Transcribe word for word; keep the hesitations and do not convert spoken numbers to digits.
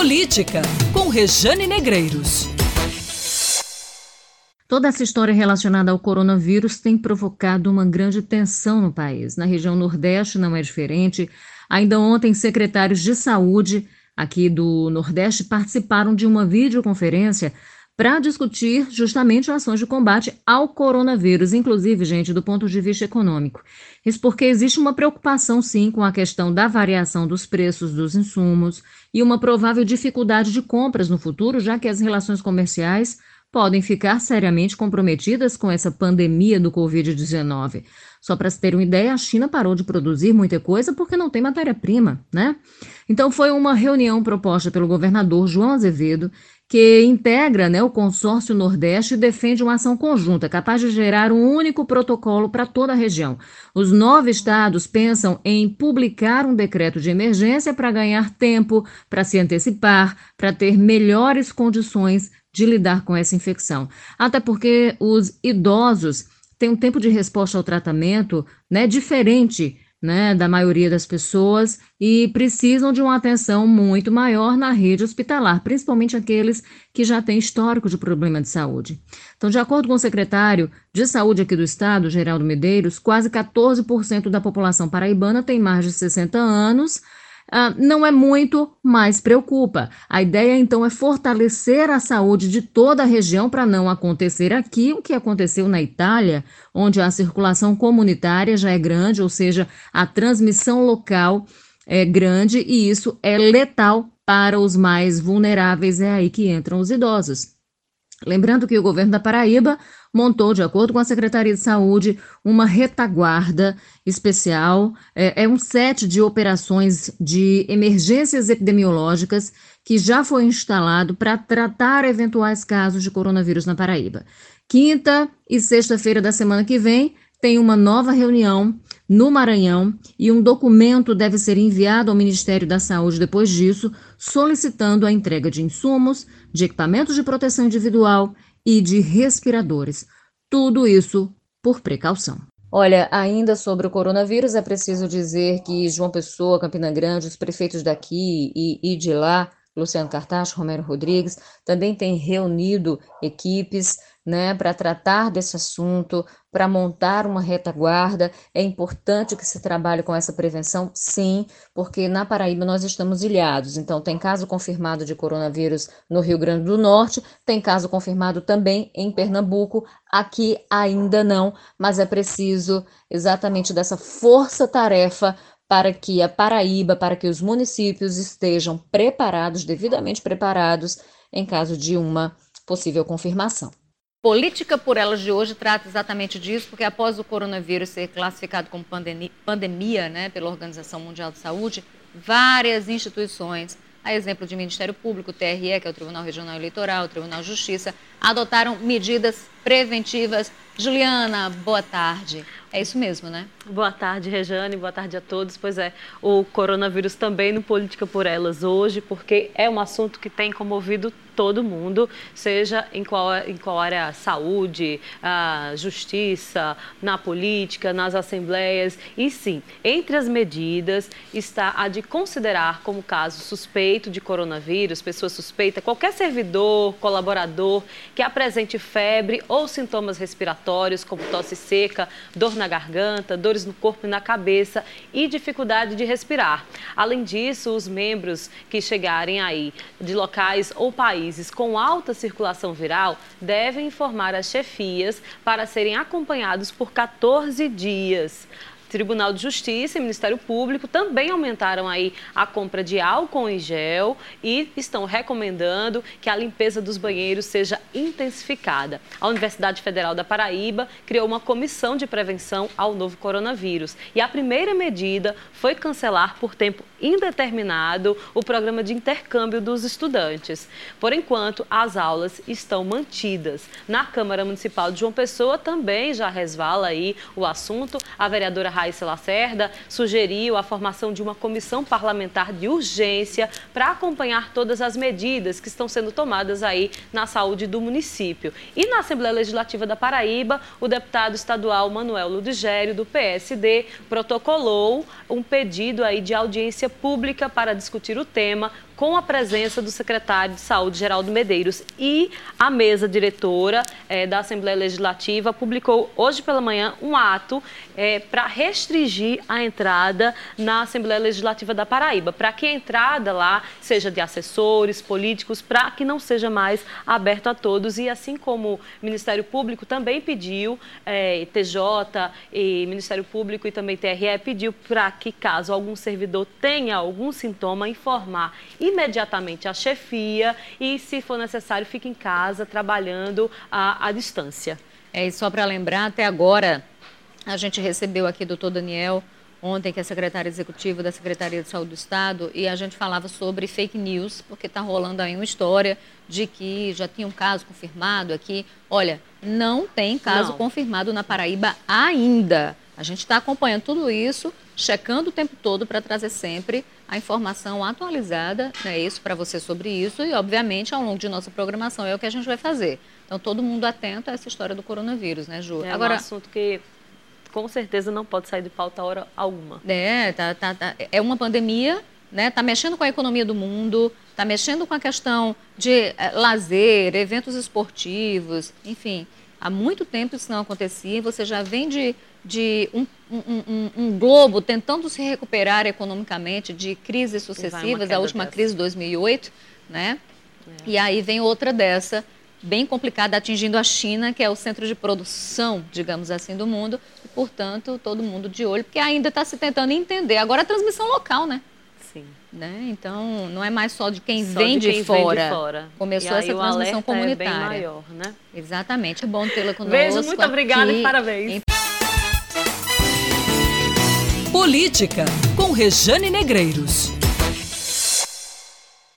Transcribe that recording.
Política, com Rejane Negreiros. Toda essa história relacionada ao coronavírus tem provocado uma grande tensão no país. Na região Nordeste não é diferente. Ainda ontem, secretários de saúde aqui do Nordeste participaram de uma videoconferência para discutir justamente ações de combate ao coronavírus, inclusive, gente, do ponto de vista econômico. Isso porque existe uma preocupação, sim, com a questão da variação dos preços dos insumos e uma provável dificuldade de compras no futuro, já que as relações comerciais podem ficar seriamente comprometidas com essa pandemia do covid dezenove. Só para se ter uma ideia, a China parou de produzir muita coisa porque não tem matéria-prima, né? Então foi uma reunião proposta pelo governador João Azevedo, que integra, né, o consórcio Nordeste e defende uma ação conjunta capaz de gerar um único protocolo para toda a região. Os nove estados pensam em publicar um decreto de emergência para ganhar tempo, para se antecipar, para ter melhores condições de lidar com essa infecção. Até porque os idosos têm um tempo de resposta ao tratamento, né, diferente, né, da maioria das pessoas e precisam de uma atenção muito maior na rede hospitalar, principalmente aqueles que já têm histórico de problema de saúde. Então, de acordo com o secretário de Saúde aqui do estado, Geraldo Medeiros, quase quatorze por cento da população paraibana tem mais de sessenta anos. Ah, não é muito, mas preocupa. A ideia, então, é fortalecer a saúde de toda a região para não acontecer aqui o que aconteceu na Itália, onde a circulação comunitária já é grande, ou seja, a transmissão local é grande e isso é letal para os mais vulneráveis. É aí que entram os idosos. Lembrando que o governo da Paraíba montou, de acordo com a Secretaria de Saúde, uma retaguarda especial. É, é um set de operações de emergências epidemiológicas que já foi instalado para tratar eventuais casos de coronavírus na Paraíba. Quinta e sexta-feira da semana que vem tem uma nova reunião no Maranhão e um documento deve ser enviado ao Ministério da Saúde depois disso, solicitando a entrega de insumos, de equipamentos de proteção individual e de respiradores. Tudo isso por precaução. Olha, ainda sobre o coronavírus, é preciso dizer que João Pessoa, Campina Grande, os prefeitos daqui e, e de lá, Luciano Cartacho, Romero Rodrigues, também têm reunido equipes, né, para tratar desse assunto, para montar uma retaguarda. É importante que se trabalhe com essa prevenção, sim, porque na Paraíba nós estamos ilhados. Então, tem caso confirmado de coronavírus no Rio Grande do Norte, tem caso confirmado também em Pernambuco, aqui ainda não, mas é preciso exatamente dessa força-tarefa para que a Paraíba, para que os municípios estejam preparados, devidamente preparados, em caso de uma possível confirmação. Política por Elas de hoje trata exatamente disso, porque após o coronavírus ser classificado como pandemia, pandemia, né, pela Organização Mundial de Saúde, várias instituições, a exemplo de Ministério Público, T R E, que é o Tribunal Regional Eleitoral, o Tribunal de Justiça, adotaram medidas preventivas. Juliana, boa tarde. É isso mesmo, né? Boa tarde, Rejane. Boa tarde a todos. Pois é, o coronavírus também no Política por Elas hoje, porque é um assunto que tem comovido todo mundo, seja em qual, em qual área, saúde, a justiça, na política, nas assembleias. E sim, entre as medidas está a de considerar como caso suspeito de coronavírus, pessoa suspeita, qualquer servidor, colaborador que apresente febre ou sintomas respiratórios, como tosse seca, dor na garganta, dores no corpo e na cabeça e dificuldade de respirar. Além disso, os membros que chegarem aí de locais ou países com alta circulação viral devem informar as chefias para serem acompanhados por quatorze dias. Tribunal de Justiça e Ministério Público também aumentaram aí a compra de álcool em gel e estão recomendando que a limpeza dos banheiros seja intensificada. A Universidade Federal da Paraíba criou uma comissão de prevenção ao novo coronavírus e a primeira medida foi cancelar por tempo indeterminado o programa de intercâmbio dos estudantes. Por enquanto, as aulas estão mantidas. Na Câmara Municipal de João Pessoa também já resvala aí o assunto. A vereadora Raíssa Lacerda sugeriu a formação de uma comissão parlamentar de urgência para acompanhar todas as medidas que estão sendo tomadas aí na saúde do município. E na Assembleia Legislativa da Paraíba, o deputado estadual Manuel Ludigério, do P S D, protocolou um pedido aí de audiência pública para discutir o tema com a presença do secretário de Saúde, Geraldo Medeiros. E a mesa diretora é, da Assembleia Legislativa publicou hoje pela manhã um ato é, para restringir a entrada na Assembleia Legislativa da Paraíba, para que a entrada lá seja de assessores, políticos, para que não seja mais aberto a todos. E assim como o Ministério Público também pediu, é, T J e Ministério Público e também T R E pediu para que, caso algum servidor tenha algum sintoma, informar imediatamente a chefia e, se for necessário, fique em casa trabalhando à, à distância. É, e só para lembrar, até agora, a gente recebeu aqui o doutor Daniel, ontem, que é secretário executivo da Secretaria de Saúde do Estado, e a gente falava sobre fake news, porque está rolando aí uma história de que já tinha um caso confirmado aqui. Olha, não tem caso não. confirmado na Paraíba ainda. A gente está acompanhando tudo isso, checando o tempo todo para trazer sempre a informação atualizada, né, isso para você sobre isso, e obviamente ao longo de nossa programação é o que a gente vai fazer. Então todo mundo atento a essa história do coronavírus, né, Ju? É Agora, um assunto que com certeza não pode sair de pauta a hora alguma. É, tá, tá, tá, é uma pandemia, né? Está mexendo com a economia do mundo, está mexendo com a questão de é, lazer, eventos esportivos, enfim. Há muito tempo isso não acontecia, você já vem de, de um, um, um, um globo tentando se recuperar economicamente de crises sucessivas, a última dessa. crise de dois mil e oito, né? É. E aí vem outra dessa, bem complicada, atingindo a China, que é o centro de produção, digamos assim, do mundo, e, portanto, todo mundo de olho, porque ainda está se tentando entender. Agora a transmissão local, né? Sim. Né? Então, não é mais só de quem, só vem, de quem de fora. vem de fora. Começou essa transmissão comunitária. É bem maior, né? Exatamente. É bom tê-la conosco. Beijo, muito obrigada e parabéns. Em... Política, com Rejane Negreiros.